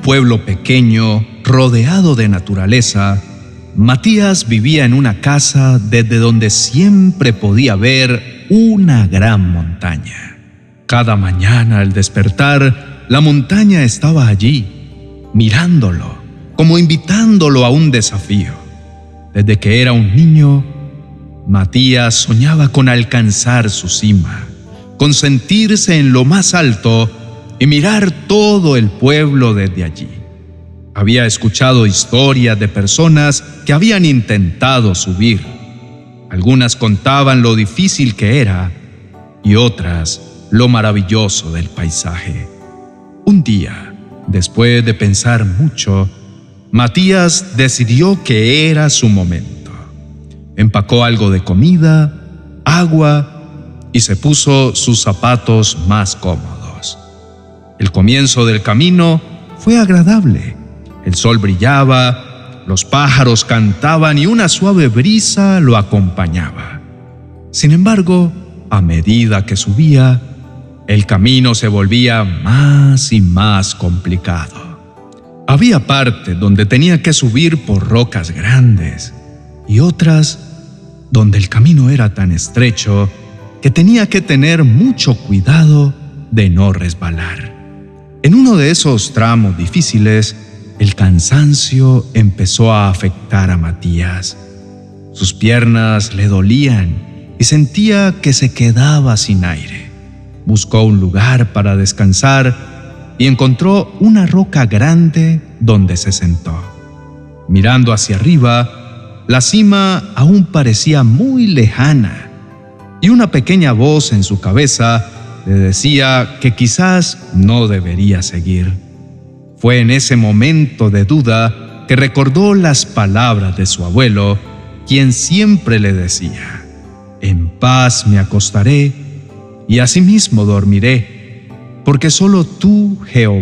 pueblo pequeño, rodeado de naturaleza, Matías vivía en una casa desde donde siempre podía ver una gran montaña. Cada mañana al despertar, la montaña estaba allí, mirándolo, como invitándolo a un desafío. Desde que era un niño, Matías soñaba con alcanzar su cima, con sentirse en lo más alto y mirar todo el pueblo desde allí. Había escuchado historias de personas que habían intentado subir. Algunas contaban lo difícil que era y otras lo maravilloso del paisaje. Un día, después de pensar mucho, Matías decidió que era su momento. Empacó algo de comida, agua y se puso sus zapatos más cómodos. El comienzo del camino fue agradable. El sol brillaba, los pájaros cantaban y una suave brisa lo acompañaba. Sin embargo, a medida que subía, el camino se volvía más y más complicado. Había partes donde tenía que subir por rocas grandes y otras donde el camino era tan estrecho que tenía que tener mucho cuidado de no resbalar. En uno de esos tramos difíciles, el cansancio empezó a afectar a Matías. Sus piernas le dolían y sentía que se quedaba sin aire. Buscó un lugar para descansar y encontró una roca grande donde se sentó. Mirando hacia arriba, la cima aún parecía muy lejana y una pequeña voz en su cabeza le decía que quizás no debería seguir. Fue en ese momento de duda que recordó las palabras de su abuelo, quien siempre le decía: «En paz me acostaré y asimismo dormiré, porque solo tú,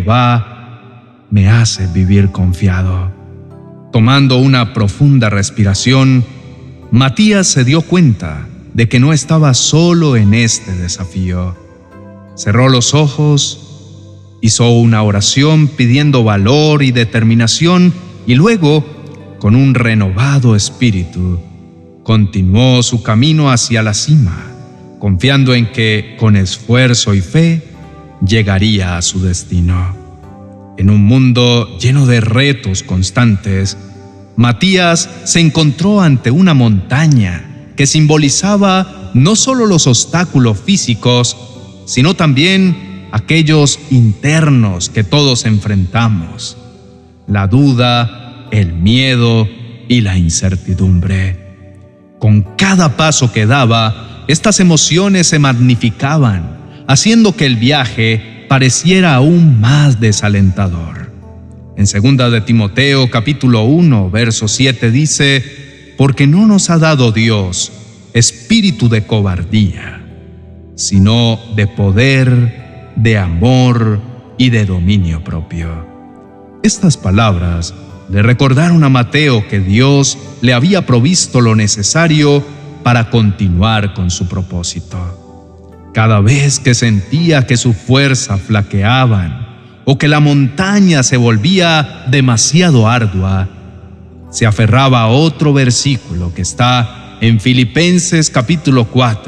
Jehová, me haces vivir confiado». Tomando una profunda respiración, Matías se dio cuenta de que no estaba solo en este desafío. Cerró los ojos, hizo una oración pidiendo valor y determinación y luego, con un renovado espíritu, continuó su camino hacia la cima, confiando en que, con esfuerzo y fe, llegaría a su destino. En un mundo lleno de retos constantes, Matías se encontró ante una montaña que simbolizaba no solo los obstáculos físicos, sino también aquellos internos que todos enfrentamos: la duda, el miedo y la incertidumbre. Con cada paso que daba, estas emociones se magnificaban, haciendo que el viaje pareciera aún más desalentador. En 2 de Timoteo, capítulo 1, verso 7 dice: «Porque no nos ha dado Dios espíritu de cobardía, sino de poder, de amor y de dominio propio». Estas palabras le recordaron a Mateo que Dios le había provisto lo necesario para continuar con su propósito. Cada vez que sentía que sus fuerzas flaqueaban o que la montaña se volvía demasiado ardua, se aferraba a otro versículo que está en Filipenses capítulo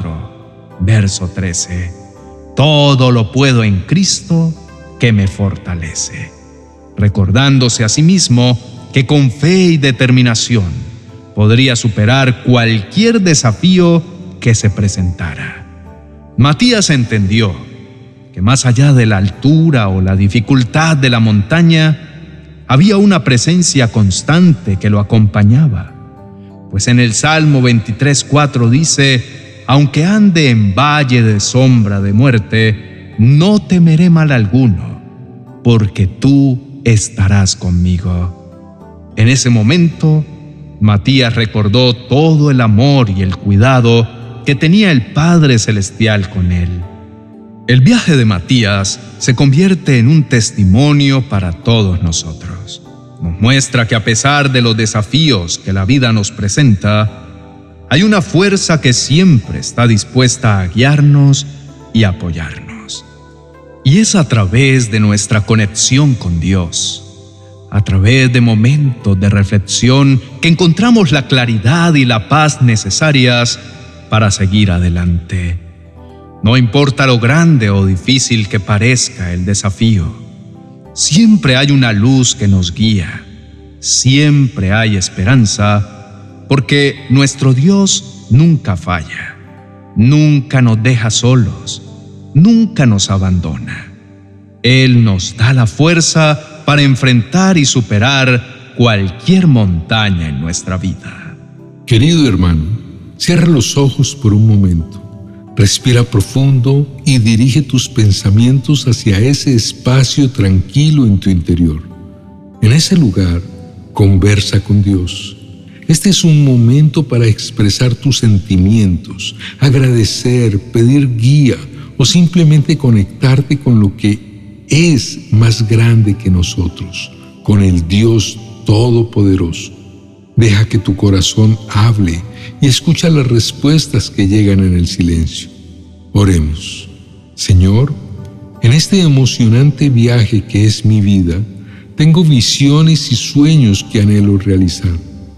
4, verso 13. «Todo lo puedo en Cristo que me fortalece», recordándose a sí mismo que con fe y determinación podría superar cualquier desafío que se presentara. Matías entendió que más allá de la altura o la dificultad de la montaña, había una presencia constante que lo acompañaba. Pues en el Salmo 23:4 dice: «Aunque ande en valle de sombra de muerte, no temeré mal alguno, porque tú estarás conmigo». En ese momento, Matías recordó todo el amor y el cuidado que tenía el Padre Celestial con él. El viaje de Matías se convierte en un testimonio para todos nosotros. Nos muestra que a pesar de los desafíos que la vida nos presenta, hay una fuerza que siempre está dispuesta a guiarnos y apoyarnos. Y es a través de nuestra conexión con Dios, A través de momentos de reflexión que encontramos la claridad y la paz necesarias para seguir adelante. No importa lo grande o difícil que parezca el desafío, siempre hay una luz que nos guía, siempre hay esperanza, porque nuestro Dios nunca falla, nunca nos deja solos, nunca nos abandona. Él nos da la fuerza para enfrentar y superar cualquier montaña en nuestra vida. Querido hermano, cierra los ojos por un momento. Respira profundo y dirige tus pensamientos hacia ese espacio tranquilo en tu interior. En ese lugar, conversa con Dios. Este es un momento para expresar tus sentimientos, agradecer, pedir guía o simplemente conectarte con lo que es más grande que nosotros, con el Dios Todopoderoso. Deja que tu corazón hable y escucha las respuestas que llegan en el silencio. Oremos. Señor, en este emocionante viaje que es mi vida, tengo visiones y sueños que anhelo realizar.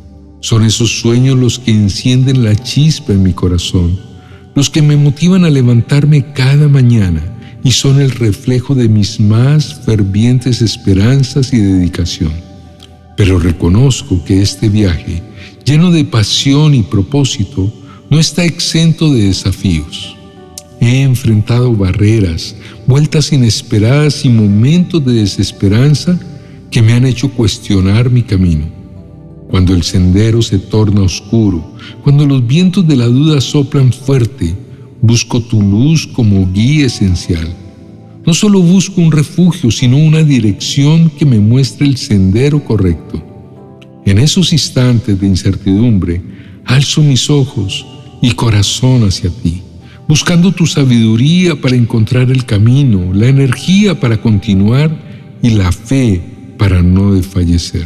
Son esos sueños los que encienden la chispa en mi corazón, los que me motivan a levantarme cada mañana y son el reflejo de mis más fervientes esperanzas y dedicación. Pero reconozco que este viaje, lleno de pasión y propósito, no está exento de desafíos. He enfrentado barreras, vueltas inesperadas y momentos de desesperanza que me han hecho cuestionar mi camino. Cuando el sendero se torna oscuro, cuando los vientos de la duda soplan fuerte, busco tu luz como guía esencial. No solo busco un refugio, sino una dirección que me muestre el sendero correcto. En esos instantes de incertidumbre, alzo mis ojos y corazón hacia ti, buscando tu sabiduría para encontrar el camino, la energía para continuar y la fe para no desfallecer.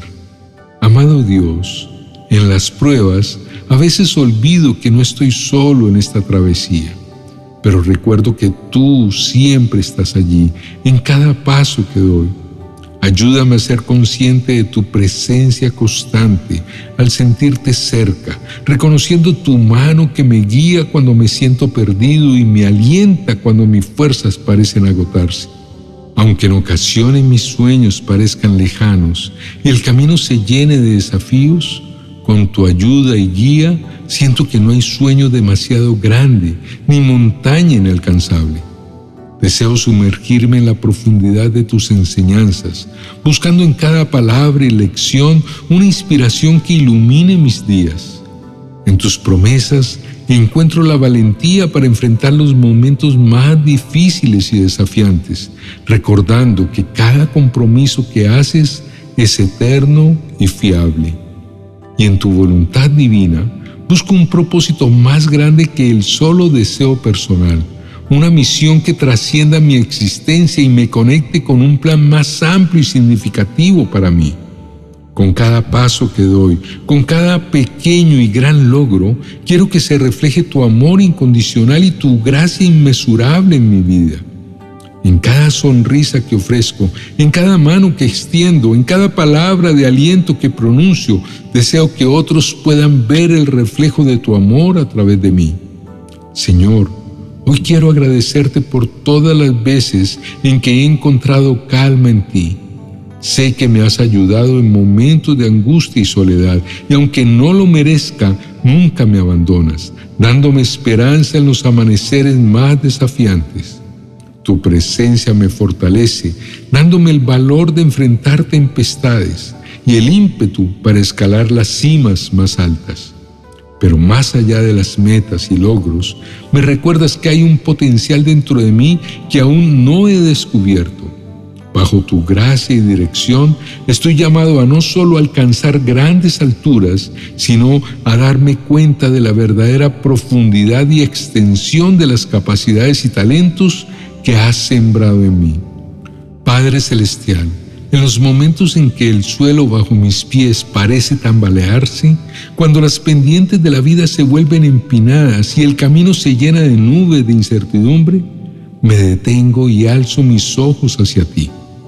Amado Dios, en las pruebas a veces olvido que no estoy solo en esta travesía, pero recuerdo que tú siempre estás allí, en cada paso que doy. Ayúdame a ser consciente de tu presencia constante al sentirte cerca, reconociendo tu mano que me guía cuando me siento perdido y me alienta cuando mis fuerzas parecen agotarse. Aunque en ocasiones mis sueños parezcan lejanos y el camino se llene de desafíos, con tu ayuda y guía siento que no hay sueño demasiado grande ni montaña inalcanzable. Deseo sumergirme en la profundidad de tus enseñanzas, buscando en cada palabra y lección una inspiración que ilumine mis días. En tus promesas encuentro la valentía para enfrentar los momentos más difíciles y desafiantes, recordando que cada compromiso que haces es eterno y fiable. Y en tu voluntad divina busco un propósito más grande que el solo deseo personal, una misión que trascienda mi existencia y me conecte con un plan más amplio y significativo para mí. Con cada paso que doy, con cada pequeño y gran logro, quiero que se refleje tu amor incondicional y tu gracia inmesurable en mi vida. En cada sonrisa que ofrezco, en cada mano que extiendo, en cada palabra de aliento que pronuncio, deseo que otros puedan ver el reflejo de tu amor a través de mí. Señor, hoy quiero agradecerte por todas las veces en que he encontrado calma en ti. Sé que me has ayudado en momentos de angustia y soledad, y aunque no lo merezca, nunca me abandonas, dándome esperanza en los amaneceres más desafiantes. Tu presencia me fortalece, dándome el valor de enfrentar tempestades y el ímpetu para escalar las cimas más altas. Pero más allá de las metas y logros, me recuerdas que hay un potencial dentro de mí que aún no he descubierto. Bajo tu gracia y dirección, estoy llamado a no solo alcanzar grandes alturas, sino a darme cuenta de la verdadera profundidad y extensión de las capacidades y talentos que has sembrado en mí. Padre Celestial, en los momentos en que el suelo bajo mis pies parece tambalearse, cuando las pendientes de la vida se vuelven empinadas y el camino se llena de nubes de incertidumbre, me detengo y alzo mis ojos hacia ti.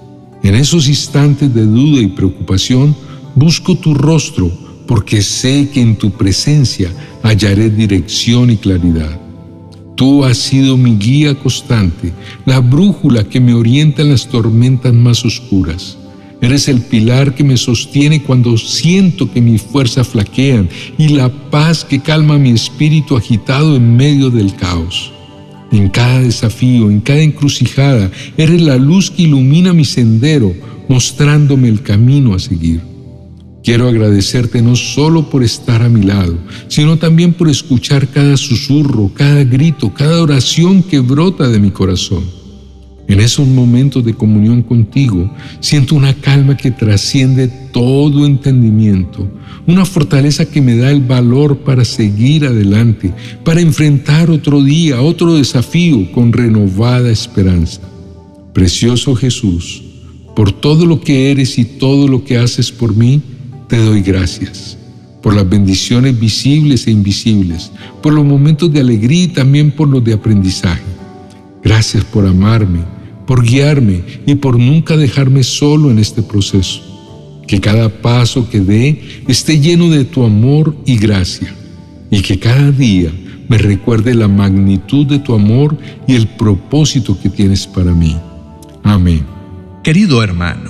En esos instantes de duda y preocupación, busco tu rostro, porque sé que en tu presencia hallaré dirección y claridad. Tú has sido mi guía constante, la brújula que me orienta en las tormentas más oscuras. Eres el pilar que me sostiene cuando siento que mis fuerzas flaquean y la paz que calma mi espíritu agitado en medio del caos. En cada desafío, en cada encrucijada, eres la luz que ilumina mi sendero, mostrándome el camino a seguir. Quiero agradecerte no solo por estar a mi lado, sino también por escuchar cada susurro, cada grito, cada oración que brota de mi corazón. En esos momentos de comunión contigo, siento una calma que trasciende todo entendimiento, una fortaleza que me da el valor para seguir adelante, para enfrentar otro día, otro desafío con renovada esperanza. Precioso Jesús, por todo lo que eres y todo lo que haces por mí, te doy gracias por las bendiciones visibles e invisibles, por los momentos de alegría y también por los de aprendizaje. Gracias por amarme, por guiarme y por nunca dejarme solo en este proceso. Que cada paso que dé esté lleno de tu amor y gracia, y que cada día me recuerde la magnitud de tu amor y el propósito que tienes para mí. Amén. Querido hermano,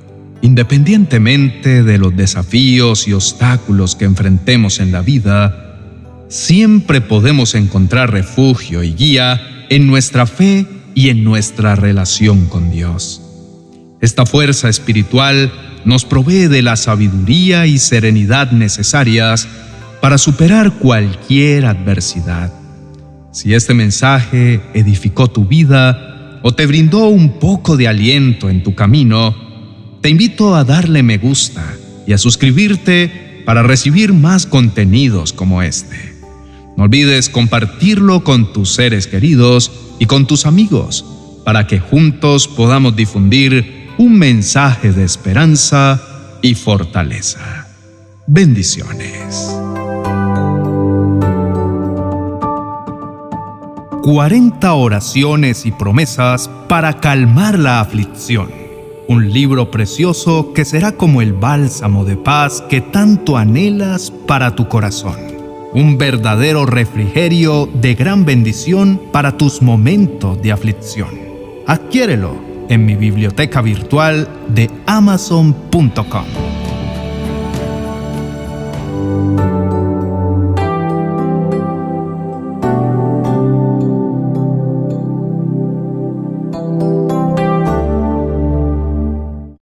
independientemente de los desafíos y obstáculos que enfrentemos en la vida, siempre podemos encontrar refugio y guía en nuestra fe y en nuestra relación con Dios. Esta fuerza espiritual nos provee de la sabiduría y serenidad necesarias para superar cualquier adversidad. Si este mensaje edificó tu vida o te brindó un poco de aliento en tu camino, te invito a darle me gusta y a suscribirte para recibir más contenidos como este. No olvides compartirlo con tus seres queridos y con tus amigos para que juntos podamos difundir un mensaje de esperanza y fortaleza. Bendiciones. 40 oraciones y promesas para calmar la aflicción. Un libro precioso que será como el bálsamo de paz que tanto anhelas para tu corazón. Un verdadero refrigerio de gran bendición para tus momentos de aflicción. Adquiérelo en mi biblioteca virtual de Amazon.com.